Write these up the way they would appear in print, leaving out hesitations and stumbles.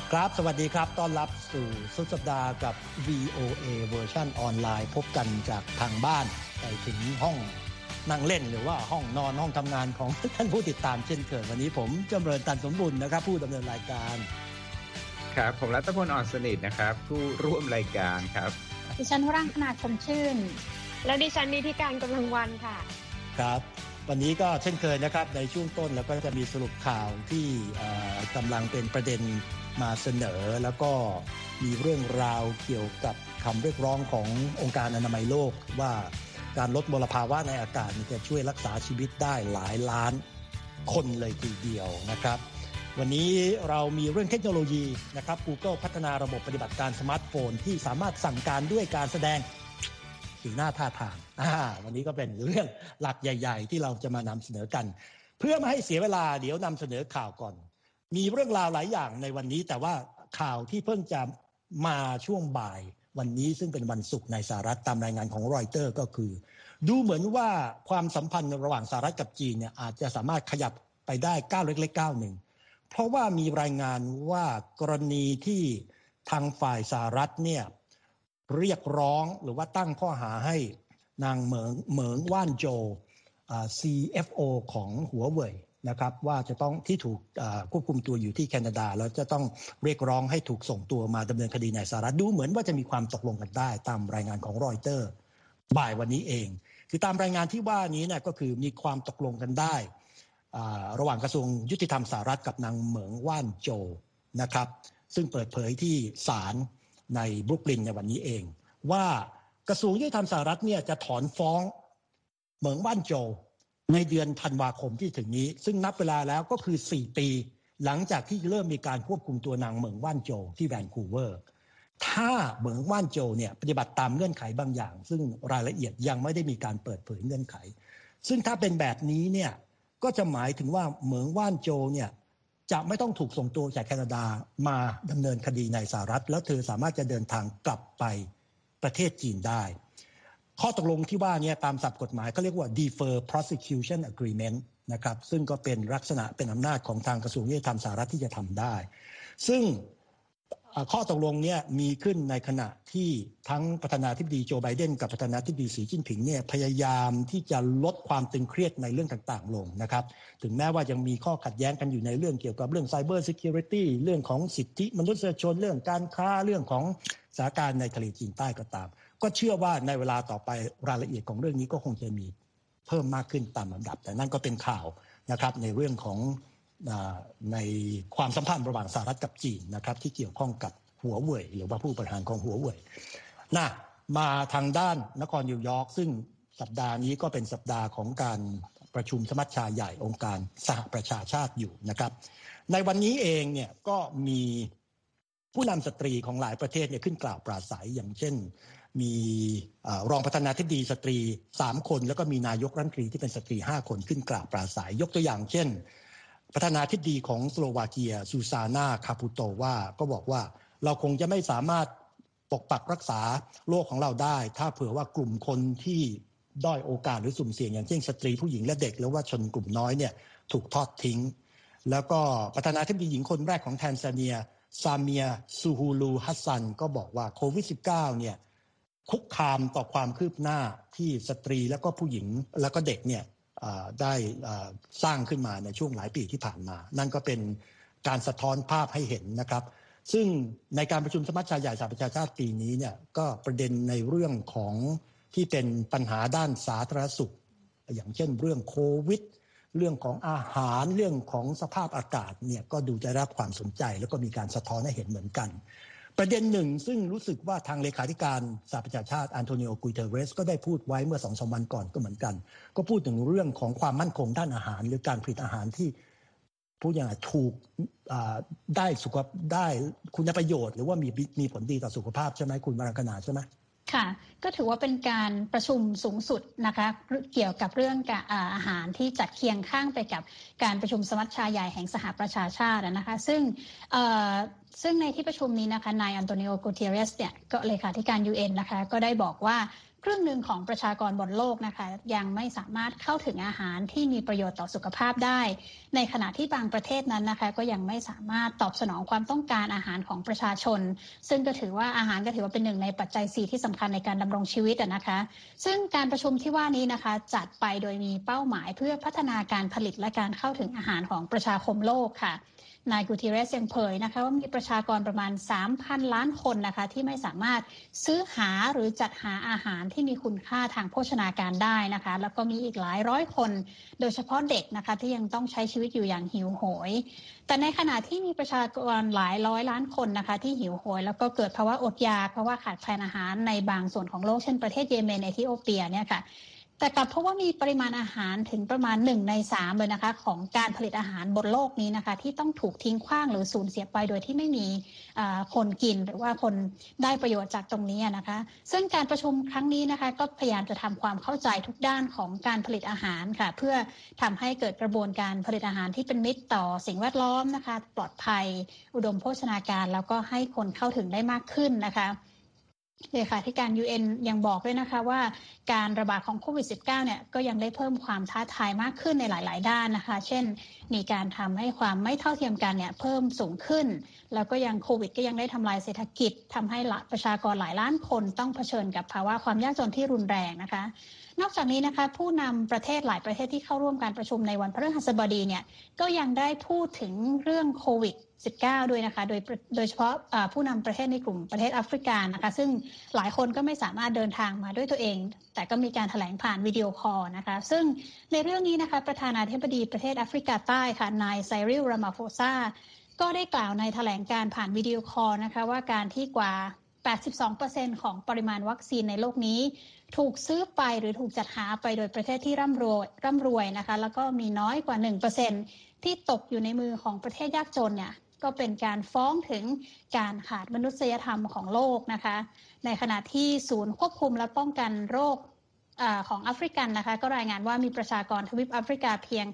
ครับสวัสดีครับต้อนรับสู่สุดสัปดาห์กับ VOA เวอร์ชันออนไลน์พบกันจากทางบ้านไปถึงห้องนั่งเล่นหรือว่าห้องนอนห้องทำงานของท่านผู้ติดตามเช่นเคยวันนี้ผมจำเริญตันสมบุญนะครับผู้ดำเนินรายการครับผมรัตพลอ่อนสนิทนะครับผู้ร่วมรายการครับดิฉันวรังคณาคมชื่นและดิฉันนิติการกำลังวันค่ะครับวันนี้ก็เช่นเคยนะครับในช่วงต้นแล้วก็จะมีสรุปข่าวที่กำลังเป็นประเด็นมาเสนอแล้วก็มีเรื่องราวเกี่ยวกับคำเรียกร้องขององค์การอนามัยโลกว่าการลดมลภาวะในอากาศจะช่วยรักษาชีวิตได้หลายล้านคนเลยทีเดียวนะครับวันนี้เรามีเรื่องเทคโนโลยีนะครับ Google พัฒนาระบบปฏิบัติการสมาร์ทโฟนที่สามารถสั่งการด้วยการแสดงสีหน้าท่าทางวันนี้ก็เป็นเรื่องหลักใหญ่ๆที่เราจะมานำเสนอกันเพื่อไม่ให้เสียเวลาเดี๋ยวนำเสนอข่าวก่อนมีเรื่องราวหลายอย่างในวันนี้แต่ว่าข่าวที่เพิ่งจะมาช่วงบ่ายวันนี้ซึ่งเป็นวันศุกร์ในสหรัฐตามรายงานของรอยเตอร์ก็คือดูเหมือนว่าความสัมพันธ์ระหว่างสหรัฐกับจีนเนี่ยอาจจะสามารถขยับไปได้ก้าวเล็กๆก้าวหนึ่งเพราะว่ามีรายงานว่ากรณีที่ทางฝ่ายสหรัฐเนี่ยเรียกร้องหรือว่าตั้งข้อหาให้นางเหมิงว่านโจCFO ของหัวเว่ยนะครับว่าจะต้องที่ถูกควบคุมตัวอยู่ที่แคนาดาแล้วจะต้องเรียกร้องให้ถูกส่งตัวมาดำเนินคดีในสหรัฐดูเหมือนว่าจะมีความตกลงกันได้ตามรายงานของรอยเตอร์บ่ายวันนี้เองคือตามรายงานที่ว่านี้เนี่ยก็คือมีความตกลงกันได้ระหว่างกระทรวงยุติธรรมสหรัฐกับนางเหมิงว่านโจนะครับซึ่งเปิดเผยที่ศาลในบรุกลินในวันนี้เองว่ากระทรวงยุติธรรมสหรัฐเนี่ยจะถอนฟ้องเหมิงว่านโจในเดือนธันวาคมที่ถึงนี้ซึ่งนับเวลาแล้วก็คือ4ปีหลังจากที่เริ่มมีการควบคุมตัวนางเหมิงว่านโจที่แวนคูเวอร์ถ้าเหมิงว่านโจเนี่ยปฏิบัติตามเงื่อนไขบางอย่างซึ่งรายละเอียดยังไม่ได้มีการเปิดเผยเงื่อนไขซึ่งถ้าเป็นแบบนี้เนี่ยก็จะหมายถึงว่าเหมิงว่านโจเนี่ยจะไม่ต้องถูกส่งตัวจากแคนาดามาดำเนินคดีในสหรัฐแล้วเธอสามารถจะเดินทางกลับไปประเทศจีนได้ข้อตกลงที่ว่านี้ตามศัพท์กฎหมายเขาเรียกว่า Defer Prosecution Agreement นะครับซึ่งก็เป็นลักษณะเป็นอำนาจของทางกระทรวงยุติธรรมสหรัฐที่จะทำได้ซึ่งข้อตกลงนี้มีขึ้นในขณะที่ทั้งประธานาธิบดีโจไบเดนกับประธานาธิบดีสีจิ้นผิงเนี่ยพยายามที่จะลดความตึงเครียดในเรื่องต่างๆลงนะครับถึงแม้ว่ายังมีข้อขัดแย้งกันอยู่ในเรื่องเกี่ยวกับเรื่อง Cyber Security เรื่องของสิทธิมนุษยชนเรื่องการค้าเรื่องของสถานการณ์ในทะเลจีนใต้ก็ตามก็เชื่อว่าในเวลาต่อไปรายละเอียดของเรื่องนี้ก็คงจะมีเพิ่มมากขึ้นตามลำดับแต่นั่นก็เป็นข่าวนะครับในเรื่องของในความสัมพันธ์ระหว่างสหรัฐกับจีนนะครับที่เกี่ยวข้องกับหัวเว่ยหรือว่าผู้บริหารของหัวเว่ยมาทางด้านนครนิวยอร์กซึ่งสัปดาห์นี้ก็เป็นสัปดาห์ของการประชุมสมัชชาใหญ่องค์การสหประชาชาติอยู่นะครับในวันนี้เองเนี่ยก็มีผู้นำสตรีของหลายประเทศเนี่ยขึ้นกล่าวปราศัยอย่างเช่นมีรองประธานาธิบดีสตรี3คนแล้วก็มีนายกรัฐมนตรีที่เป็นสตรี5คนขึ้นกล่าวปราศัยยกตัวอย่างเช่นประธานาธิบดีของสโลวาเกียซูซานาคาปูโตวาก็บอกว่าเราคงจะไม่สามารถปกปักรักษาโลกของเราได้ถ้าเผื่อว่ากลุ่มคนที่ด้อยโอกาสหรือสุ่มเสี่ยงอย่างเช่นสตรีผู้หญิงและเด็กหรือว่าชนกลุ่มน้อยเนี่ยถูกทอดทิ้งแล้วก็ประธานาธิบดีหญิงคนแรกของแทนซาเนียซาเมียซูฮูลูฮัสซันก็บอกว่าโควิด -19 เนี่ยคุกคามต่อความคืบหน้าที่สตรีแล้วก็ผู้หญิงแล้วก็เด็กเนี่ยได้สร้างขึ้นมาในช่วงหลายปีที่ผ่านมานั่นก็เป็นการสะท้อนภาพให้เห็นนะครับซึ่งในการประชุมสมัชชาใหญ่สหประชาชาติปีนี้เนี่ยก็ประเด็นในเรื่องของที่เป็นปัญหาด้านสาธารณสุขอย่างเช่นเรื่องโควิดเรื่องของอาหารเรื่องของสภาพอากาศเนี่ยก็ดูจะได้รับความสนใจแล้วก็มีการสะท้อนให้เห็นเหมือนกันประเด็นหนึ่งซึ่งรู้สึกว่าทางเลขาธิการสหประชาชาติอันโตนิโอ กุยเทเรสก็ได้พูดไว้เมื่อ 2-3 วันก่อนก็เหมือนกันก็พูดถึงเรื่องของความมั่นคงด้านอาหารหรือการผลิตอาหารที่ผู้อย่างถูกได้คุณประโยชน์หรือว่ามีผลดีต่อสุขภาพใช่ไหมคุณวรังคณาใช่ไหมค่ะก็ถือว่าเป็นการประชุมสูงสุดนะคะเกี่ยวกับเรื่องอาหารที่จัดเคียงข้างไปกับการประชุมสมัชชาใหญ่แห่งสหประชาชาตินะคะซึ่งซึ่งในที่ประชุมนี้นะคะนายอันโตนิโอ กูเตเรสเนี่ยก็เลขาธิการ UN นะคะก็ได้บอกว่าครึ่งหนึ่งของประชากรบนโลกนะคะยังไม่สามารถเข้าถึงอาหารที่มีประโยชน์ต่อสุขภาพได้ในขณะที่บางประเทศนั้นนะคะก็ยังไม่สามารถตอบสนองความต้องการอาหารของประชาชนซึ่งก็ถือว่าอาหารก็ถือว่าเป็นหนึ่งในปัจจัย4ที่สำคัญในการดำรงชีวิตนะคะซึ่งการประชุมที่ว่านี้นะคะจัดไปโดยมีเป้าหมายเพื่อพัฒนาการผลิตและการเข้าถึงอาหารของประชาคมโลกค่ะนายกูเตเรสยังเผยนะคะว่ามีประชากรประมาณ 3,000 ล้านคนนะคะที่ไม่สามารถซื้อหาหรือจัดหาอาหารที่มีคุณค่าทางโภชนาการได้นะคะแล้วก็มีอีกหลายร้อยคนโดยเฉพาะเด็กนะคะที่ยังต้องใช้ชีวิตอยู่อย่างหิวโหยแต่ในขณะที่มีประชากรหลายร้อยล้านคนนะคะที่หิวโหยแล้วก็เกิดภาวะอดอยากเพราะว่าขาดแคลนอาหารในบางส่วนของโลกเช่นประเทศเยเมนเอธิโอเปียเนี่ยค่ะแต่กลับเพราะว่ามีปริมาณอาหารถึงประมาณ1 ใน 3เลยนะคะของการผลิตอาหารบนโลกนี้นะคะที่ต้องถูกทิ้งขว้างหรือสูญเสียไปโดยที่ไม่มีคนกินหรือว่าคนได้ประโยชน์จากตรงนี้นะคะซึ่งการประชุมครั้งนี้นะคะก็พยายามจะทำความเข้าใจทุกด้านของการผลิตอาหารค่ะเพื่อทำให้เกิดกระบวนการผลิตอาหารที่เป็นมิตรต่อสิ่งแวดล้อมนะคะปลอดภัยอุดมโภชนาการแล้วก็ให้คนเข้าถึงได้มากขึ้นนะคะเลขาธิการ UN ยังบอกด้วยนะคะว่าการระบาดของโควิด -19 เนี่ยก็ยังได้เพิ่มความท้าทายมากขึ้นในหลายๆด้านนะคะเช่นมีการทำให้ความไม่เท่าเทียมกันเนี่ยเพิ่มสูงขึ้นแล้วก็ยังโควิดก็ยังได้ทำลายเศรษฐกิจทำให้ประชากรหลายล้านคนต้องเผชิญกับภาวะความยากจนที่รุนแรงนะคะนอกจากนี้นะคะผู้นำประเทศหลายประเทศที่เข้าร่วมการประชุมในวันพฤหัสบดีเนี่ยก็ยังได้พูดถึงเรื่องโควิด-19 ด้วยนะคะโดยเฉพาะผู้นำประเทศในกลุ่มประเทศแอฟริกานะคะซึ่งหลายคนก็ไม่สามารถเดินทางมาด้วยตัวเองแต่ก็มีการแถลงผ่านวิดีโอคอลนะคะซึ่งในเรื่องนี้นะคะประธานาธิบดีประเทศแอฟริกาใต้ค่ะนายไซริล รามาโฟซาก็ได้กล่าวในแถลงการผ่านวิดีโอคอลนะคะว่าการที่กว่า 82% ของปริมาณวัคซีนในโลกนี้ถูกซื้อไปหรือถูกจัดหาไปโดยประเทศที่ร่ำรวยนะคะแล้วก็มีน้อยกว่า 1% ที่ตกอยู่ในมือของประเทศยากจนเนี่ยก็เป็นการฟ้องถึงการขาดมนุษยธรรมของโลกนะคะในขณะที่ศูนย์ควบคุมและป้องกันโรคของแอฟริกันนะคะก็รายงานว่ามีประชากรทวีปแอฟริกาเพียง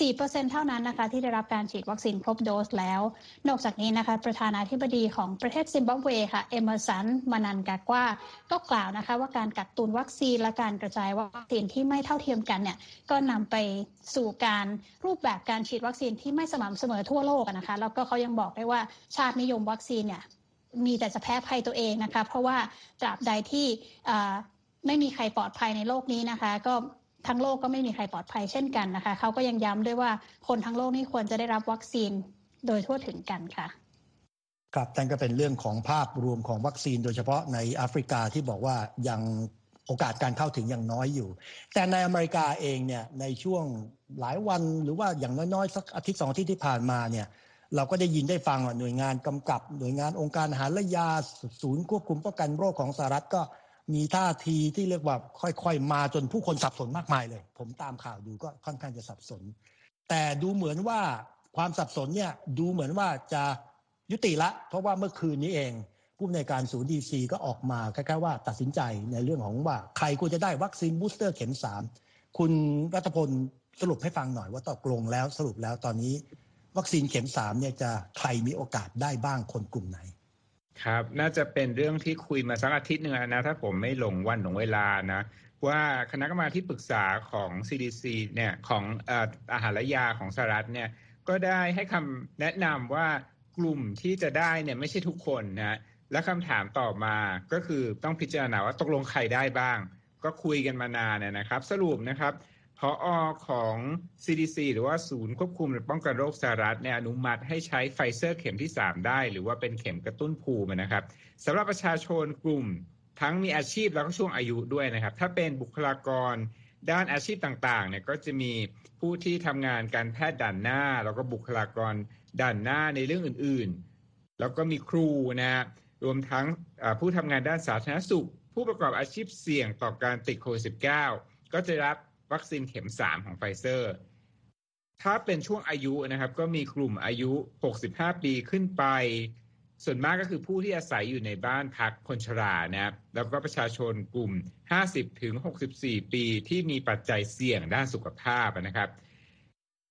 4% เท่านั้นนะคะที่ได้รับการฉีดวัคซีนครบโดสแล้วนอกจากนี้นะคะประธานาธิบดีของประเทศซิมบับเวค่ะเอเมอร์สัน มานันกากวาก็กล่าวนะคะว่าการกักตุนวัคซีนและการกระจายวัคซีนที่ไม่เท่าเทียมกันเนี่ยก็นำไปสู่การรูปแบบการฉีดวัคซีนที่ไม่สม่ำเสมอทั่วโลกนะคะแล้วก็เขายังบอกได้ว่าชาตินิยมวัคซีนเนี่ยมีแต่จะแพ้ภัยตัวเองนะคะเพราะว่าตราบใดที่ไม่มีใครปลอดภัยในโลกนี้นะคะก็ทั้งโลกก็ไม่มีใครปลอดภัยเช่นกันนะคะเขาก็ยังย้ำด้วยว่าคนทั้งโลกนี่ควรจะได้รับวัคซีนโดยทั่วถึงกันค่ะครับนั่นก็เป็นเรื่องของภาพรวมของวัคซีนโดยเฉพาะในแอฟริกาที่บอกว่ายังโอกาสการเข้าถึงยังน้อยอยู่แต่ในอเมริกาเองเนี่ยในช่วงหลายวันหรือว่าอย่างน้อยๆสักอาทิตย์2 อาทิตย์ที่ผ่านมาเนี่ยเราก็ได้ยินได้ฟังว่าหน่วยงานกำกับหน่วยงานองค์การอาหารและยาศูนย์ควบคุมป้องกันโรคของสหรัฐก็มีท่าทีที่เรียกว่าค่อยๆมาจนผู้คนสับสนมากมายเลยผมตามข่าวดูก็ค่อนข้างจะสับสนแต่ดูเหมือนว่าความสับสนเนี่ยดูเหมือนว่าจะยุติละเพราะว่าเมื่อคืนนี้เองผู้อำนวยการศูนย์ DC ก็ออกมาคล้ายๆว่าตัดสินใจในเรื่องของว่าใครควรจะได้วัคซีนบูสเตอร์เข็ม3คุณรัฐพลสรุปให้ฟังหน่อยว่าตกลงแล้วสรุปแล้วตอนนี้วัคซีนเข็ม3เนี่ยจะใครมีโอกาสได้บ้างคนกลุ่มไหนครับน่าจะเป็นเรื่องที่คุยมาสักอาทิตย์นึงนะถ้าผมไม่หลงวันหลงเวลานะว่าคณะกรรมการที่ปรึกษาของ CDC เนี่ยของอาหารและยาของสหรัฐเนี่ยก็ได้ให้คำแนะนำว่ากลุ่มที่จะได้เนี่ยไม่ใช่ทุกคนนะและคำถามต่อมาก็คือต้องพิจารณาว่าตกลงใครได้บ้างก็คุยกันมานานนะครับสรุปนะครับผอ.ของ CDC หรือว่าศูนย์ควบคุมและป้องกันโรคสหรัฐเนี่ยอนุมัติให้ใช้ไฟเซอร์เข็มที่3ได้หรือว่าเป็นเข็มกระตุ้นภูมินะครับสำหรับประชาชนกลุ่มทั้งมีอาชีพแล้วก็ช่วงอายุด้วยนะครับถ้าเป็นบุคลากรด้านอาชีพต่างๆเนี่ยก็จะมีผู้ที่ทำงานการแพทย์ด่านหน้าแล้วก็บุคลากรด่านหน้าในเรื่องอื่นๆแล้วก็มีครูนะรวมทั้งผู้ทำงานด้านสาธารณสุขผู้ประกอบอาชีพเสี่ยงต่อการติดโควิด -19 ก็จะรับวัคซีนเข็ม3ของไฟเซอร์ถ้าเป็นช่วงอายุนะครับก็มีกลุ่มอายุ65ปีขึ้นไปส่วนมากก็คือผู้ที่อาศัยอยู่ในบ้านพักคนชรานะครับแล้วก็ประชาชนกลุ่ม50 ถึง 64 ปีที่มีปัจจัยเสี่ยงด้านสุขภาพนะครับ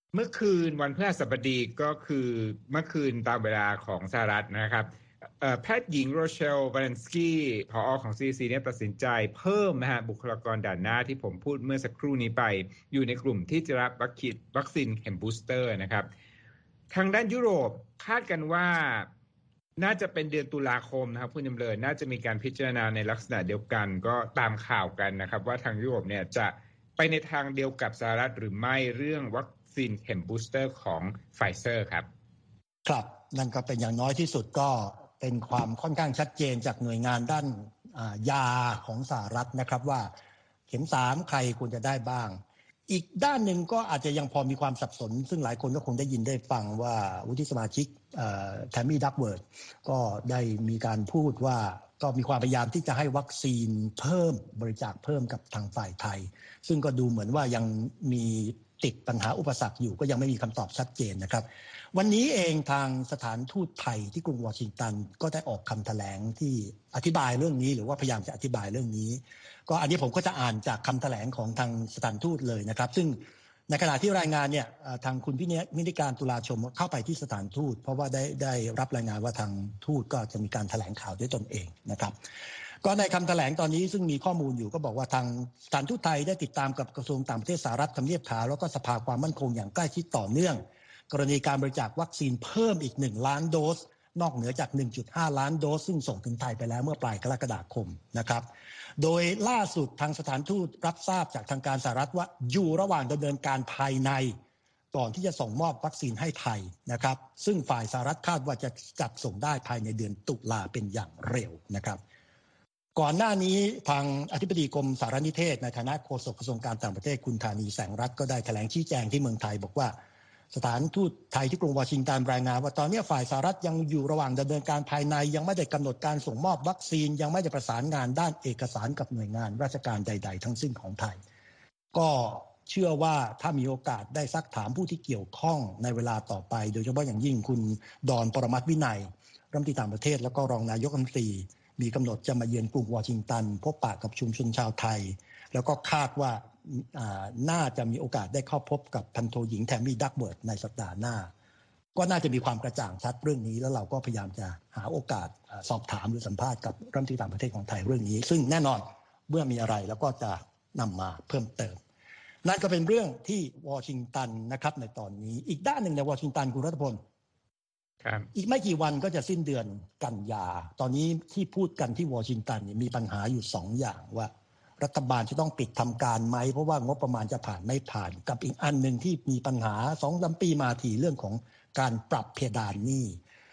เมื่อคืนวันพฤหัสบดีก็คือเมื่อคืนตามเวลาของสหรัฐนะครับแพทย์หญิงโรเชล วาเลนสกี้ผอ.ของ CDC เนี่ยตัดสินใจเพิ่มนะฮะบุคลากรด่านหน้าที่ผมพูดเมื่อสักครู่นี้ไปอยู่ในกลุ่มที่จะรับวัคซีนเข็มบูสเตอร์นะครับทางด้านยุโรปคาดกันว่าน่าจะเป็นเดือนตุลาคมนะครับคุณจำเริญน่าจะมีการพิจารณาในลักษณะเดียวกันก็ตามข่าวกันนะครับว่าทางยุโรปเนี่ยจะไปในทางเดียวกับสหรัฐหรือไม่เรื่องวัคซีนเข็มบูสเตอร์ของไฟเซอร์ครับครับนั่นก็เป็นอย่างน้อยที่สุดก็เป็นความค่อนข้างชัดเจนจากหน่วยงานด้านยาของสหรัฐนะครับว่าเข็ม3ใครควรจะได้บ้างอีกด้านหนึ่งก็อาจจะยังพอมีความสับสนซึ่งหลายคนก็คงได้ยินได้ฟังว่าวุฒิสมาชิกแทมมี่ดักเวิร์ดก็ได้มีการพูดว่าก็มีความพยายามที่จะให้วัคซีนเพิ่มบริจาคเพิ่มกับทางฝ่ายไทยซึ่งก็ดูเหมือนว่ายังมีติดปัญหาอุปสรรคอยู่ก็ยังไม่มีคำตอบชัดเจนนะครับวันนี้เองทางสถานทูตไทยที่กรุงวอชิงตันก็ได้ออกคำแถลงที่อธิบายเรื่องนี้หรือว่าพยายามจะอธิบายเรื่องนี้ก็อันนี้ผมก็จะอ่านจากคำแถลงของทางสถานทูตเลยนะครับซึ่งในขณะที่รายงานเนี่ยทางคุณพินิการตุลาชมเข้าไปที่สถานทูตเพราะว่าได้รับรายงานว่าทางทูตก็จะมีการแถลงข่าวด้วยตนเองนะครับก็ในคำแถลงตอนนี้ซึ่งมีข้อมูลอยู่ก็บอกว่าทางสถานทูตไทยได้ติดตามกับกระทรวงต่างประเทศสหรัฐทำเนียบขาวแล้วก็สภาความมั่นคงอย่างใกล้ชิดต่อเนื่องกรณีการบริจาควัคซีนเพิ่มอีก1ล้านโดสนอกเหนือจาก 1.5 ล้านโดสซึ่งส่งถึงไทยไปแล้วเมื่อปลายกรกฎาคมนะครับโดยล่าสุดทางสถานทูตรับทราบจากทางการสหรัฐว่าอยู่ระหว่างดำเนินการภายในก่อนที่จะส่งมอบวัคซีนให้ไทยนะครับซึ่งฝ่ายสหรัฐคาดว่าจะจัดส่งได้ภายในเดือนตุลาเป็นอย่างเร็วนะครับก่อนหน้านี้ทางอธิบดีกรมสารนิเทศในฐานะโฆษกกระทรวงการต่างประเทศคุณธานีแสงรัตน์ก็ได้แถลงชี้แจงที่เมืองไทยบอกว่าสถานทูตไทยที่กรุงวอชิงตันรายงานว่าตอนนี้ฝ่ายสหรัฐยังอยู่ระหว่างดำเนินการภายในยังไม่ได้กำหนดการส่งมอบวัคซีนยังไม่ได้ประสานงานด้านเอกสารกับหน่วยงานราชการใดๆทั้งสิ้นของไทยก็เชื่อว่าถ้ามีโอกาสได้ซักถามผู้ที่เกี่ยวข้องในเวลาต่อไปโดยเฉพาะอย่างยิ่งคุณดอนปรมัตถ์วินัยรัฐมนตรีต่างประเทศแล้วก็รองนายกรัฐมนตรีมีกำหนดจะมาเยือนกรุงวอชิงตันพบปะกับชุมชนชาวไทยแล้วก็คาดว่าน่าจะมีโอกาสได้เข้าพบกับพันโทหญิงแทมมี่ดักเวิร์ดในสัปดาห์หน้าก็น่าจะมีความกระจ่างชัดเรื่องนี้แล้วเราก็พยายามจะหาโอกาสสอบถามหรือสัมภาษณ์กับรัฐมนตรีต่างประเทศของไทยเรื่องนี้ซึ่งแน่นอนเมื่อมีอะไรแล้วก็จะนำมาเพิ่มเติมนั่นก็เป็นเรื่องที่วอชิงตันนะครับในตอนนี้อีกด้านหนึ่งในวอชิงตันคุณรัฐพลอีกไม่กี่วันก็จะสิ้นเดือนกันยาตอนนี้ที่พูดกันที่วอชิงตันมีปัญหาอยู่2อย่างว่ารัฐบาลจะต้องปิดทำการไหมเพราะว่างบประมาณจะผ่านไม่ผ่านกับอีกอันหนึ่งที่มีปัญหา 2-3 ปีมาทีเรื่องของการปรับเพดานหนี้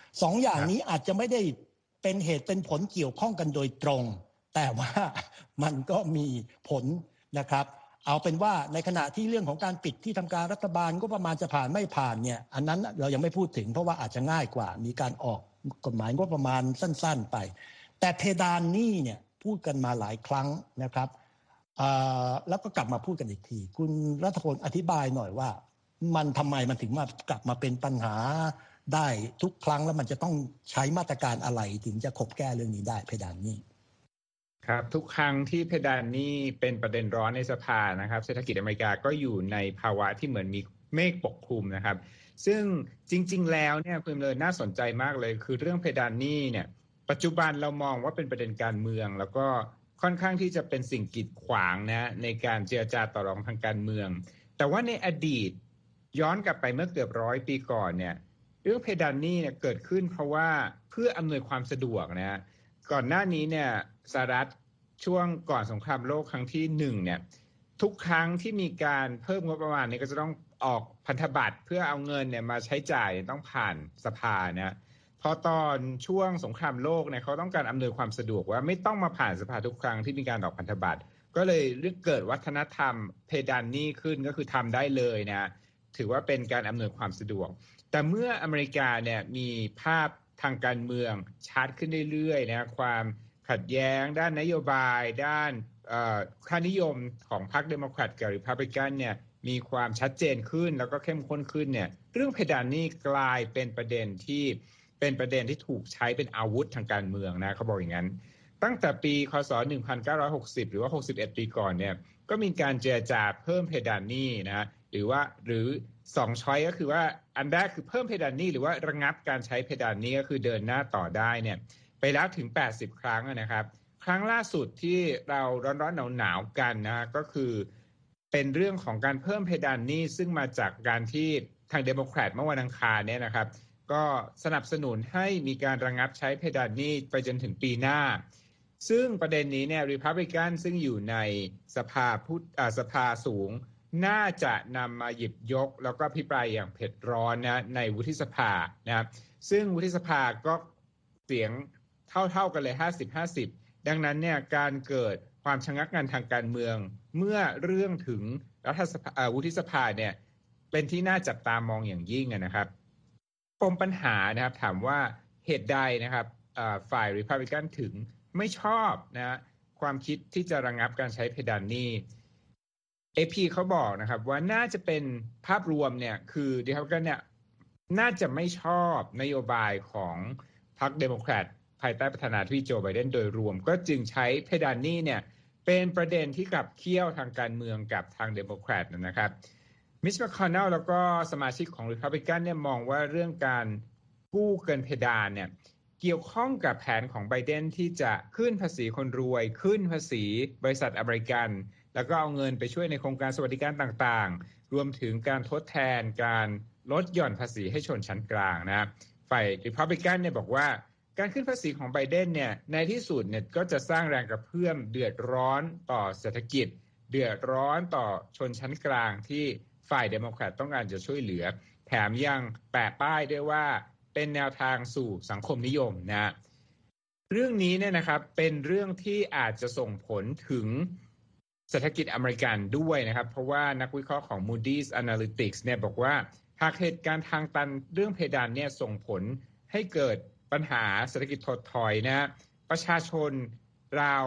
2อย่างนี้อาจจะไม่ได้เป็นเหตุเป็นผลเกี่ยวข้องกันโดยตรงแต่ว่ามันก็มีผลนะครับเอาเป็นว่าในขณะที่เรื่องของการปิดที่ทำการรัฐบาลก็ประมาณจะผ่านไม่ผ่านเนี่ยอันนั้นเรายังไม่พูดถึงเพราะว่าอาจจะง่ายกว่ามีการออกกฎหมายงบประมาณสั้นๆไปแต่เพดานหนี้เนี่ยพูดกันมาหลายครั้งนะครับแล้วก็กลับมาพูดกันอีกทีคุณรัฐพลอธิบายหน่อยว่ามันทำไมมันถึงมากลับมาเป็นปัญหาได้ทุกครั้งแล้วมันจะต้องใช้มาตรการอะไรถึงจะขบแก้เรื่องนี้ได้เพดานหนี้ครับทุกครั้งที่เพดานหนี้เป็นประเด็นร้อนในสภานะครับเศรษฐกิจอเมริกาก็อยู่ในภาวะที่เหมือนมีเมฆปกคลุมนะครับซึ่งจริงๆแล้วเนี่ยคุณเลยน่าสนใจมากเลยคือเรื่องเพดานหนี้เนี่ยปัจจุบันเรามองว่าเป็นประเด็นการเมืองแล้วก็ค่อนข้างที่จะเป็นสิ่งกีดขวางนะในการเจรจาต่อรองทางการเมืองแต่ว่าในอดีตย้อนกลับไปเมื่อเกือบ100 ปีก่อนเนี่ยเรื่องเพดานหนี้เนี่ยเกิดขึ้นเพราะว่าเพื่ออำนวยความสะดวกนะก่อนหน้านี้เนี่ยสหรัฐช่วงก่อนสงครามโลกครั้งที่1เนี่ยทุกครั้งที่มีการเพิ่มงบประมาณเนี่ยก็จะต้องออกพันธบัตรเพื่อเอาเงินเนี่ยมาใช้จ่ายต้องผ่านสภานะพอตอนช่วงสงครามโลกเนี่ยเขาต้องการอำนวยความสะดวกว่าไม่ต้องมาผ่านสภาทุกครั้งที่มีการออกพันธบัตรก็เลยเกิดวัฒนธรรมเพดานหนี้ขึ้นก็คือทำได้เลยนะถือว่าเป็นการอำนวยความสะดวกแต่เมื่ออเมริกาเนี่ยมีภาพทางการเมืองชัดขึ้นเรื่อยๆนะความขัดแย้งด้านนโยบายด้านค่านิยมของพรรคเดโมแครตกับริพับลิกันเนี่ยมีความชัดเจนขึ้นแล้วก็เข้มข้นขึ้นเนี่ยเรื่องเพดานหนี้กลายเป็นประเด็นที่ถูกใช้เป็นอาวุธทางการเมืองนะเขาบอกอย่างนั้นตั้งแต่ปีคศ1960หรือว่า61ปีก่อนเนี่ยก็มีการเจรจาเพิ่มเพดานหนี้นะหรือ 2ช้อยก็คือว่าอันแรกคือเพิ่มเพดานหนี้หรือว่าระงับการใช้เพดานหนี้ก็คือเดินหน้าต่อได้เนี่ยไปแล้วถึง80ครั้งนะครับครั้งล่าสุดที่เราร้อนๆหนาวๆกันนะก็คือเป็นเรื่องของการเพิ่มเพดานหนี้ซึ่งมาจากการที่ทางเดโมแครตเมื่อวันอังคารเนี่ยนะครับก็สนับสนุนให้มีการระงับใช้เพดานหนี้ไปจนถึงปีหน้าซึ่งประเด็นนี้เนี่ยรีพับลิกันซึ่งอยู่ในสภาสูงน่าจะนำมาหยิบยกแล้วก็พิปรายอย่างเผ็ดร้อนนะในวุฒิสภานะครับซึ่งวุฒิสภาก็เสียงเท่ากันเลย50-50ดังนั้นเนี่ยการเกิดความชะงักงันทางการเมืองเมื่อเรื่องถึงวุฒิสภาเนี่ยเป็นที่น่าจับตามองอย่างยิ่งนะครับปมปัญหานะครับถามว่าเหตุใดนะครับฝ่ายริพับลิกันถึงไม่ชอบนะความคิดที่จะระงับการใช้เพดานหนี้ AP เขาบอกนะครับว่าน่าจะเป็นภาพรวมเนี่ยคือริพับลิกันเนี่ยน่าจะไม่ชอบนโยบายของพรรคเดโมแครตภายใต้ประธานาธิบดีโจไบเดนโดยรวมก็จึงใช้เพดานหนี้เนี่ยเป็นประเด็นที่ขับเคี่ยวทางการเมืองกับทางเดโมแครตนะครับมิชแมคคอนเนลแล้วก็สมาชิกของริพับลิกันเนี่ยมองว่าเรื่องการกู้เกินเพดานเนี่ยเกี่ยวข้องกับแผนของไบเดนที่จะขึ้นภาษีคนรวยขึ้นภาษีบริษัทอเมริกันแล้วก็เอาเงินไปช่วยในโครงการสวัสดิการต่างๆรวมถึงการทดแทนการลดหย่อนภาษีให้ชนชั้นกลางนะฝ่ายริพับลิกันเนี่ยบอกว่าการขึ้นภาษีของไบเดนเนี่ยในที่สุดเนี่ยก็จะสร้างแรงกระเพื่อมเดือดร้อนต่อเศรษฐกิจเดือดร้อนต่อชนชั้นกลางที่ฝ่ายเดโมแครตต้องการจะช่วยเหลือแถมยังแปะป้ายด้วยว่าเป็นแนวทางสู่สังคมนิยมนะเรื่องนี้เนี่ยนะครับเป็นเรื่องที่อาจจะส่งผลถึงเศรษฐกิจอเมริกันด้วยนะครับเพราะว่านักวิเคราะห์ของ Moody's Analytics เนี่ยบอกว่าหากเหตุการณ์ทางตันเรื่องเพดานเนี่ยส่งผลให้เกิดปัญหาเศรษฐกิจถดถอยนะประชาชนราว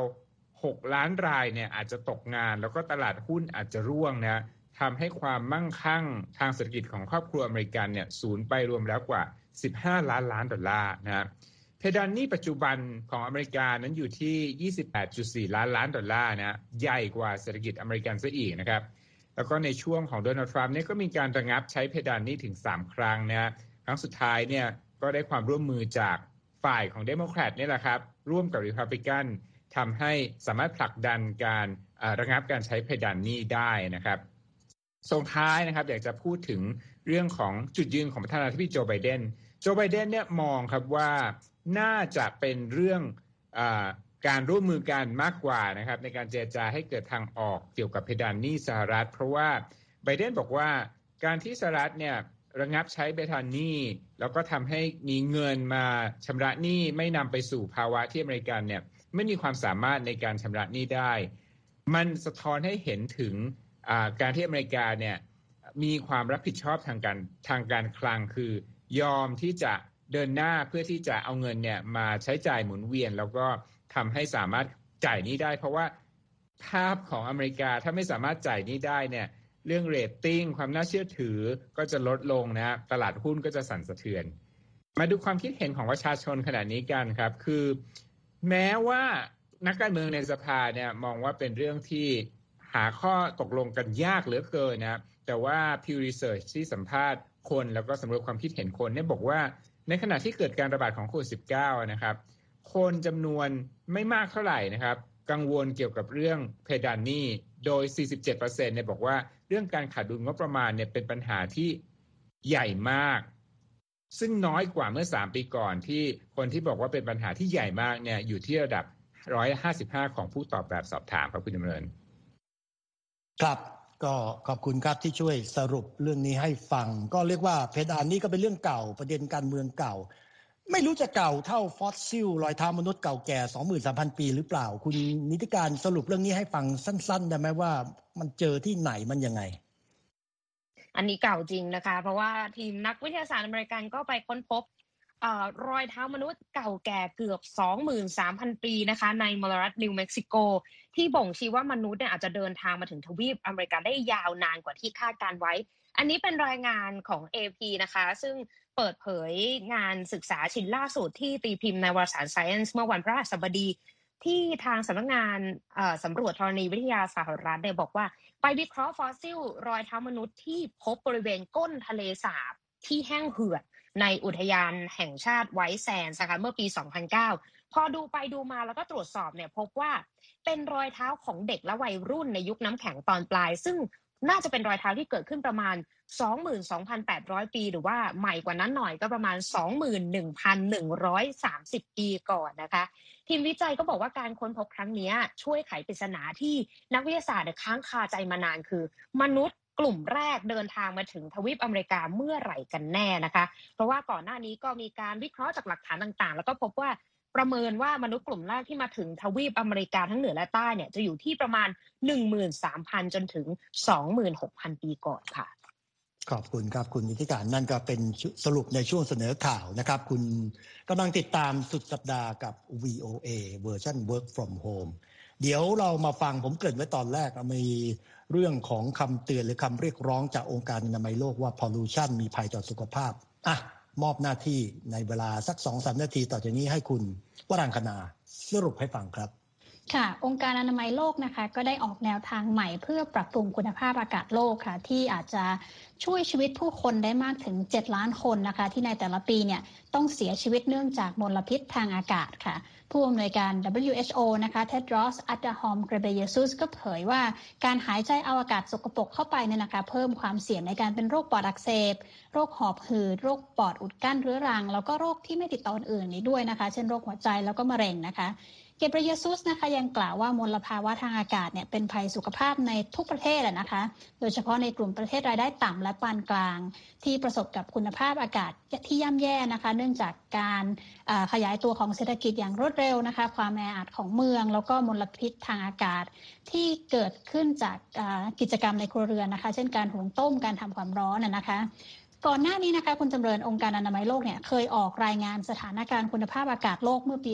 6ล้านรายเนี่ยอาจจะตกงานแล้วก็ตลาดหุ้นอาจจะร่วงนะทำให้ความมั่งคั่งทางเศรษฐกิจของครอบครัวอเมริกันเนี่ยสูญไปรวมแล้วกว่า15ล้านดอลลาร์นะเพดานหนี้ปัจจุบันของอเมริกานั้นอยู่ที่ 28.4 ล้านดอลลาร์นะใหญ่กว่าเศรษฐกิจอเมริกันซะอีกนะครับแล้วก็ในช่วงของโดนัลด์ทรัมป์เนี่ยก็มีการระงับใช้เพดานหนี้ถึง3ครั้งนะครั้งสุดท้ายเนี่ยก็ได้ความร่วมมือจากฝ่ายของเดโมแครตนี่แหละครับร่วมกับริพับลิกันทำให้สามารถผลักดันการระงับการใช้เพดานหนี้ได้นะครับส่งท้ายนะครับอยากจะพูดถึงเรื่องของจุดยืนของประธานาธิบดีโจไบเดนเนี่ยมองครับว่าน่าจะเป็นเรื่องการร่วมมือกันมากกว่านะครับในการเจรจาให้เกิดทางออกเกี่ยวกับเพดานหนี้สหรัฐเพราะว่าไบเดนบอกว่าการที่สหรัฐเนี่ยระงับใช้เพดานหนี้แล้วก็ทำให้มีเงินมาชำระหนี้ไม่นำไปสู่ภาวะที่อเมริกันเนี่ยไม่มีความสามารถในการชำระหนี้ได้มันสะท้อนให้เห็นถึงการที่อเมริกาเนี่ยมีความรับผิดชอบทางการคลังคือยอมที่จะเดินหน้าเพื่อที่จะเอาเงินเนี่ยมาใช้จ่ายหมุนเวียนแล้วก็ทำให้สามารถจ่ายหนี้ได้เพราะว่าภาพของอเมริกาถ้าไม่สามารถจ่ายหนี้ได้เนี่ยเรื่องเรตติ้งความน่าเชื่อถือก็จะลดลงนะตลาดหุ้นก็จะสั่นสะเทือนมาดูความคิดเห็นของประชาชนขณะนี้กันครับคือแม้ว่านักการเมืองในสภาเนี่ยมองว่าเป็นเรื่องที่หาข้อตกลงกันยากเหลือเกินนะแต่ว่า Pew Research ที่สัมภาษณ์คนแล้วก็สำรวจความคิดเห็นคนเนี่ยบอกว่าในขณะที่เกิดการระบาดของโควิด -19 นะครับคนจำนวนไม่มากเท่าไหร่นะครับกังวลเกี่ยวกับเรื่องเพดานหนี้โดย 47% เนี่ยบอกว่าเรื่องการขาดดุลงบประมาณเนี่ยเป็นปัญหาที่ใหญ่มากซึ่งน้อยกว่าเมื่อ3ปีก่อนที่คนที่บอกว่าเป็นปัญหาที่ใหญ่มากเนี่ยอยู่ที่ระดับ155ของผู้ตอบแบบสอบถามครับคุณดำเนินครับก็ขอบคุณครับที่ช่วยสรุปเรื่องนี้ให้ฟังก็เรียกว่าเพดานนี้ก็เป็นเรื่องเก่าประเด็นการเมืองเก่าไม่รู้จะเก่าเท่าฟอสซิลรอยเท้ามนุษย์เก่าแก่ 23,000 ปีหรือเปล่าคุณนิติการสรุปเรื่องนี้ให้ฟังสั้นๆได้ไหมว่ามันเจอที่ไหนมันยังไงอันนี้เก่าจริงนะคะเพราะว่าทีมนักวิทยาศาสตร์อเมริกันก็ไปค้นพบรอยเท้ามนุษย์เก่าแก่เกือบ 23,000 ปีนะคะในมลรัฐนิวเม็กซิโกที่บ่งชี้ว่ามนุษย์เนี่ยอาจจะเดินทางมาถึงทวีปอเมริกาได้ยาวนานกว่าที่คาดการไว้อันนี้เป็นรายงานของ AP นะคะซึ่งเปิดเผยงานศึกษาชิ้นล่าสุดที่ตีพิมพ์ในวารสาร Science เมื่อวันพฤหัสบดีที่ทางสำนักงานสำรวจธรณีวิทยาสหรัฐเนี่ยบอกว่าไปวิเคราะห์ฟอสซิลรอยเท้ามนุษย์ที่พบบริเวณก้นทะเลสาบที่แห้งเหือดในอุทยานแห่งชาติไวท์แซนด์นะคะเมื่อปี 2009 พอดูไปดูมาแล้วก็ตรวจสอบเนี่ยพบว่าเป็นรอยเท้าของเด็กและวัยรุ่นในยุคน้ำแข็งตอนปลายซึ่งน่าจะเป็นรอยเท้าที่เกิดขึ้นประมาณ 22,800 ปีหรือว่าใหม่กว่านั้นหน่อยก็ประมาณ 21,130 ปีก่อนนะคะทีมวิจัยก็บอกว่าการค้นพบครั้งนี้ช่วยไขปริศนาที่นักวิทยาศาสตร์ค้างคาใจมานานคือมนุษย์กลุ่มแรกเดินทางมาถึงทวีปอเมริกาเมื่อไหร่กันแน่นะคะเพราะว่าก่อนหน้านี้ก็มีการวิเคราะห์จากหลักฐานต่างๆแล้วก็พบว่าประเมินว่ามนุษย์กลุ่มแรกที่มาถึงทวีปอเมริกาทั้งเหนือและใต้เนี่ยจะอยู่ที่ประมาณ 13,000 จนถึง 26,000 ปีก่อนค่ะขอบคุณครับคุณนิติการนั่นก็เป็นสรุปในช่วงเสนอข่าวนะครับคุณกำลังติดตามสุดสัปดาห์กับ VOA เวอร์ชัน Work from Home เดี๋ยวเรามาฟังผมเกริ่นไว้ตอนแรกมีเรื่องของคำเตือนหรือคำเรียกร้องจากองค์การอนามัยโลกว่า pollution มีภัยต่อสุขภาพมอบหน้าที่ในเวลาสัก 2-3 นาทีต่อจากนี้ให้คุณวรังคณาสรุปให้ฟังครับค่ะองค์การอนามัยโลกนะคะก็ได้ออกแนวทางใหม่เพื่อปรับปรุงคุณภาพอากาศโลกค่ะที่อาจจะช่วยชีวิตผู้คนได้มากถึง7 ล้านคนนะคะที่ในแต่ละปีเนี่ยต้องเสียชีวิตเนื่องจากมลพิษทางอากาศค่ะผู้อำนวยการ WHO นะคะเท็ดรอส อัดฮอม เกรเบเยซุสก็เผยว่าการหายใจเอาอากาศสกปรกเข้าไปเนี่ยนะคะเพิ่มความเสี่ยงในการเป็นโรคปอดอักเสบโรคหอบหืดโรคปอดอุดกั้นเรื้อรังแล้วก็โรคที่ไม่ติดต่ออื่นนี้ด้วยนะคะเช่นโรคหัวใจแล้วก็มะเร็งนะคะเกเบรเยซุสนะคะยังกล่าวว่ามลภาวะทางอากาศเนี่ยเป็นภัยสุขภาพในทุกประเทศนะคะโดยเฉพาะในกลุ่มประเทศรายได้ต่ำและปานกลางที่ประสบกับคุณภาพอากาศที่ย่ำแย่นะคะเนื่องจากการขยายตัวของเศรษฐกิจอย่างรวดเร็วนะคะความแออัดของเมืองแล้วก็มลพิษทางอากาศที่เกิดขึ้นจากกิจกรรมในครัวเรือนนะคะเช่นการหุงต้มการทำความร้อนนะคะก่อนหน้านี้นะคะคุณจำเริญองค์การอนามัยโลกเนี่ยเคยออกรายงานสถานการณ์คุณภาพอากาศโลกเมื่อปี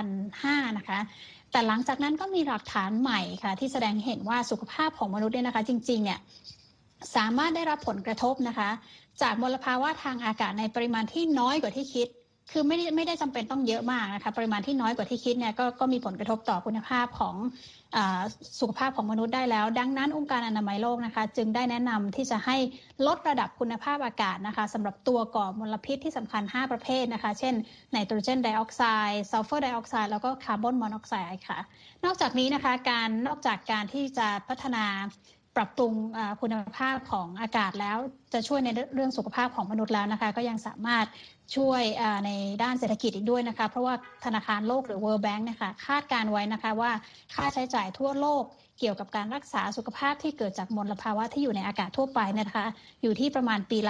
2005 นะคะแต่หลังจากนั้นก็มีหลักฐานใหม่ค่ะที่แสดงเห็นว่าสุขภาพของมนุษย์เนี่ยนะคะจริงๆเนี่ยสามารถได้รับผลกระทบนะคะจากมลภาวะทางอากาศในปริมาณที่น้อยกว่าที่คิดคือไม่ได้จำเป็นต้องเยอะมากนะคะปริมาณที่น้อยกว่าที่คิดเนี่ยก็มีผลกระทบต่อคุณภาพของสุขภาพของมนุษย์ได้แล้วดังนั้นองค์การอนามัยโลกนะคะจึงได้แนะนำที่จะให้ลดระดับคุณภาพอากาศนะคะสำหรับตัวก่อมลพิษที่สำคัญ5ประเภทนะคะเช่นไนโตรเจนไดออกไซด์ซัลเฟอร์ไดออกไซด์แล้วก็คาร์บอนมอนอกไซด์ค่ะนอกจากนี้นะคะนอกจากการที่จะพัฒนาปรับปรุงคุณภาพของอากาศแล้วจะช่วยในเรื่องสุขภาพของมนุษย์แล้วนะคะก็ยังสามารถช่วยในด้านเศรษฐกิจอีกด้วยนะคะเพราะว่าธนาคารโลกหรือ World Bank นะคะคาดการไว้นะคะว่าค่าใช้จ่ายทั่วโลกเกี่ยวกับการรักษาสุขภาพที่เกิดจากมลภาวะที่อยู่ในอากาศทั่วไปนะคะอยู่ที่ประมาณปีละ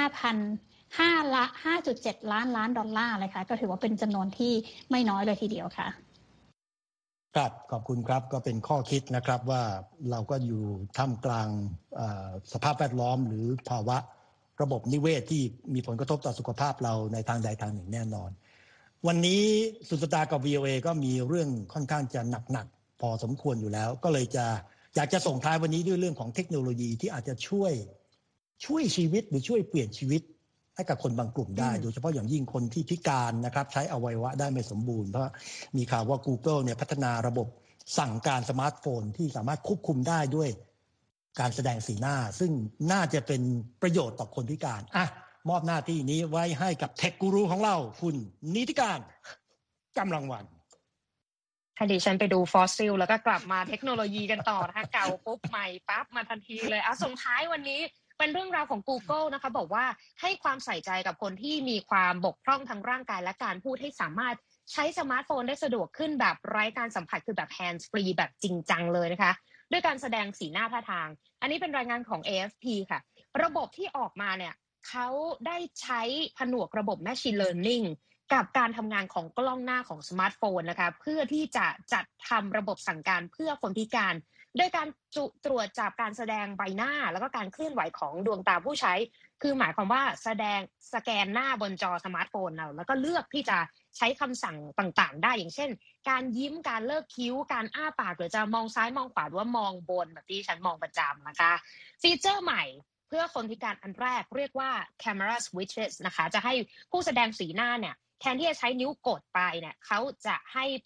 5.7 ล้านดอลลาร์เลยค่ะก็ถือว่าเป็นจำนวนที่ไม่น้อยเลยทีเดียวค่ะครับขอบคุณครับก็เป็นข้อคิดนะครับว่าเราก็อยู่ท่ามกลางสภาพแวดล้อมหรือภาวะระบบนิเวศที่มีผลกระทบต่อสุขภาพเราในทางใดทางหนึ่งแน่นอนวันนี้สุดสัปดาห์กับ VOA ก็มีเรื่องค่อนข้างจะหนักๆพอสมควรอยู่แล้วก็เลยอยากจะส่งท้ายวันนี้ด้วยเรื่องของเทคโนโลยีที่อาจจะช่วยชีวิตหรือช่วยเปลี่ยนชีวิตให้กับคนบางกลุ่มได้โดยเฉพาะอย่างยิ่งคนที่พิการนะครับใช้อวัยวะได้ไม่สมบูรณ์เพราะมีข่าวว่า Google เนี่ยพัฒนาระบบสั่งการสมาร์ทโฟนที่สามารถควบคุมได้ด้วยการแสดงสีหน้าซึ่งน่าจะเป็นประโยชน์ต่อคนพิการมอบหน้าที่นี้ไว้ให้กับเทคกูรูของเราคุณนิติการกำลังวันค่ะดิฉันไปดูฟอสซิลแล้วก็กลับมาเทคโนโลยีกันต่อนะคะเก่าปุ๊บใหม่ปั๊บมาทันทีเลยส่งท้ายวันนี้เป็นเรื่องราวของ Google นะคะบอกว่าให้ความใส่ใจกับคนที่มีความบกพร่องทางร่างกายและการพูดให้สามารถใช้สมาร์ทโฟนได้สะดวกขึ้นแบบไร้การสัมผัสคือแบบ hands free แบบจริงจังเลยนะคะด้วยการแสดงสีหน้าท่าทางอันนี้เป็นรายงานของ AFP ค่ะระบบที่ออกมาเนี่ยเขาได้ใช้ผนวกระบบ machine learning กับการทำงานของกล้องหน้าของสมาร์ทโฟนนะคะเพื่อที่จะจัดทำระบบสั่งการเพื่อคนพิการโดยการตรวจจับการแสดงใบหน้าแล้วก็การเคลื่อนไหวของดวงตาผู้ใช้คือหมายความว่าสแกนหน้าบนจอสมาร์ทโฟนเราแล้วก็เลือกที่จะใช้คำสั่งต่างๆได้อย่างเช่นการยิ้มการเลิกคิ้วการอ้าปากหรือจะมองซ้ายมองขวาหรือว่ามองบนแบบที่ฉันมองประจำนะคะฟีเจอร์ใหม่เพื่อคนพิการอันแรกเรียกว่า Camera Switches นะคะจะให้ผู้แสดงสีหน้าเนี่ยแทนที่จะใช้นิ้วกดไปเนี่ยเขาจะให้เป็น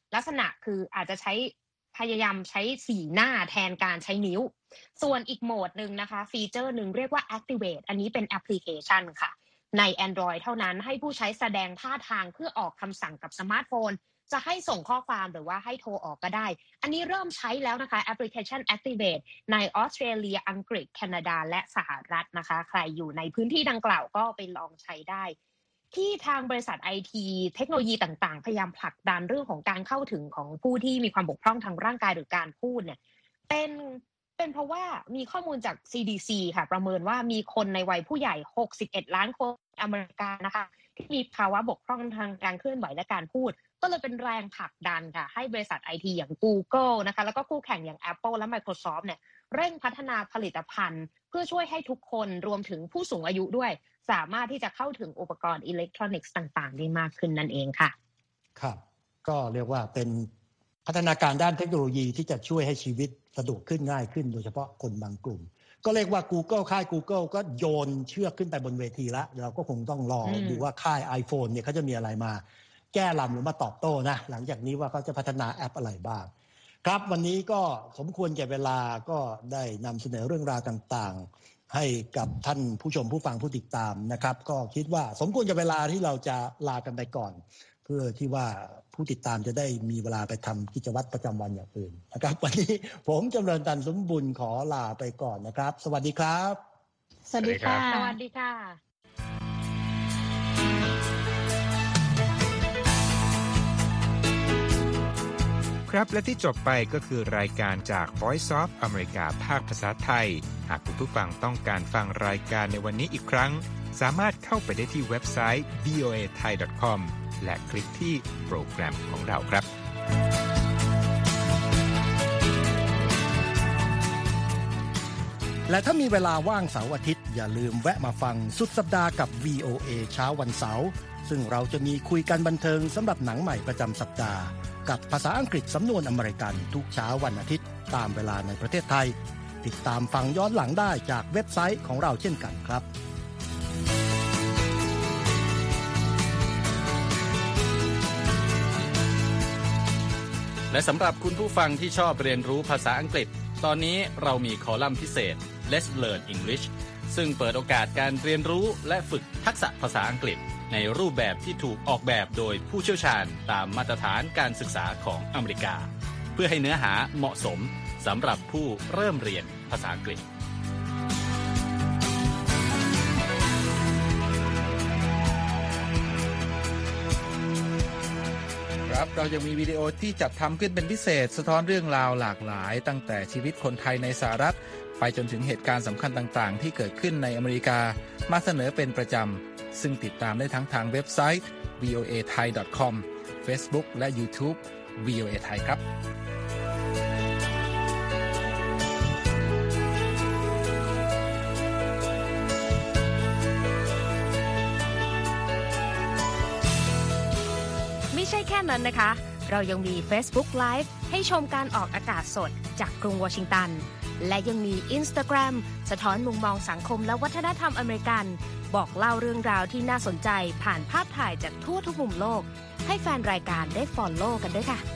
ลักษณะคืออาจจะพยายามใช้สีหน้าแทนการใช้นิ้วส่วนอีกโหมดหนึ่งนะคะฟีเจอร์หนึ่งเรียกว่า Activate อันนี้เป็นแอปพลิเคชันค่ะใน Android เท่านั้นให้ผู้ใช้แสดงท่าทางเพื่อออกคำสั่งกับสมาร์ทโฟนจะให้ส่งข้อความหรือว่าให้โทรออกก็ได้อันนี้เริ่มใช้แล้วนะคะแอปพลิเคชัน Activate ในออสเตรเลียอังกฤษแคนาดาและสหรัฐนะคะใครอยู่ในพื้นที่ดังกล่าวก็ไปลองใช้ได้ที่ทางบริษัท IT เทคโนโลยีต่างๆพยายามผลักดันเรื่องของการเข้าถึงของผู้ที่มีความบกพร่องทางร่างกายหรือการพูดเนี่ยเป็นเพราะว่ามีข้อมูลจาก CDC ค่ะประเมินว่ามีคนในวัยผู้ใหญ่61ล้านคนอเมริกานะคะที่มีภาวะบกพร่องทางการเคลื่อนไหวและการพูดก็เลยเป็นแรงผลักดันค่ะให้บริษัท IT อย่าง Google นะคะแล้วก็คู่แข่งอย่าง Apple และ Microsoft เนี่ยเร่งพัฒนาผลิตภัณฑ์เพื่อช่วยให้ทุกคนรวมถึงผู้สูงอายุด้วยสามารถที่จะเข้าถึงอุปกรณ์อิเล็กทรอนิกส์ต่างๆได้มากขึ้นนั่นเองค่ะครับก็เรียกว่าเป็นพัฒนาการด้านเทคโนโลยีที่จะช่วยให้ชีวิตสะดวกขึ้นง่ายขึ้นโดยเฉพาะคนบางกลุ่มก็เรียกว่า Google ค่าย Google ก็โยนเชือกขึ้นไปบนเวทีแล้วเราก็คงต้องรอดูว่าค่าย iPhone เนี่ยเขาจะมีอะไรมาแก้ลำหรือมาตอบโต้นะหลังจากนี้ว่าเขาจะพัฒนาแอปอะไรบ้างครับวันนี้ก็สมควรแก่เวลาก็ได้นำเสนอเรื่องราวต่างๆให้กับท่านผู้ชมผู้ฟังผู้ติดตามนะครับก็คิดว่าสมควรแก่เวลาที่เราจะลากันไปก่อนเพื่อที่ว่าผู้ติดตามจะได้มีเวลาไปทำกิจวัตรประจำวันอย่างอื่นนะครับวันนี้ผมจำเริญตันสมบุญขอลาไปก่อนนะครับสวัสดีครับสวัสดีค่ะสวัสดีค่ะครับและที่จบไปก็คือรายการจาก Voice of America ภาคภาษาไทยหากคุณผู้ฟังต้องการฟังรายการในวันนี้อีกครั้งสามารถเข้าไปได้ที่เว็บไซต์ voathai.com และคลิกที่โปรแกรมของเราครับและถ้ามีเวลาว่างเสาร์อาทิตย์อย่าลืมแวะมาฟังสุดสัปดาห์กับ VOA เช้าวันเสาร์ซึ่งเราจะมีคุยกันบันเทิงสำหรับหนังใหม่ประจำสัปดาห์กับภาษาอังกฤษสำนวนอเมริกันทุกเช้าวันอาทิตย์ตามเวลาในประเทศไทยติดตามฟังย้อนหลังได้จากเว็บไซต์ของเราเช่นกันครับและสำหรับคุณผู้ฟังที่ชอบเรียนรู้ภาษาอังกฤษตอนนี้เรามีคอลัมน์พิเศษ Let's Learn English ซึ่งเปิดโอกาสการเรียนรู้และฝึกทักษะภาษาอังกฤษในรูปแบบที่ถูกออกแบบโดยผู้เชี่ยวชาญตามมาตรฐานการศึกษาของอเมริกาเพื่อให้เนื้อหาเหมาะสมสำหรับผู้เริ่มเรียนภาษาอังกฤษครับเรายังมีวิดีโอที่จัดทำขึ้นเป็นพิเศษสะท้อนเรื่องราวหลากหลายตั้งแต่ชีวิตคนไทยในสหรัฐไปจนถึงเหตุการณ์สำคัญต่างๆที่เกิดขึ้นในอเมริกามาเสนอเป็นประจำซึ่งติดตามได้ทั้งทางเว็บไซต์ voathai.com Facebook และ YouTube VOA Thai ครับไม่ใช่แค่นั้นนะคะเรายังมี Facebook Live ให้ชมการออกอากาศสดจากกรุงวอชิงตันและยังมี Instagram สะท้อนมุมมองสังคมและวัฒนธรรมอเมริกันบอกเล่าเรื่องราวที่น่าสนใจผ่านภาพถ่ายจากทั่วทุกมุมโลกให้แฟนรายการได้ follow กันด้วยค่ะ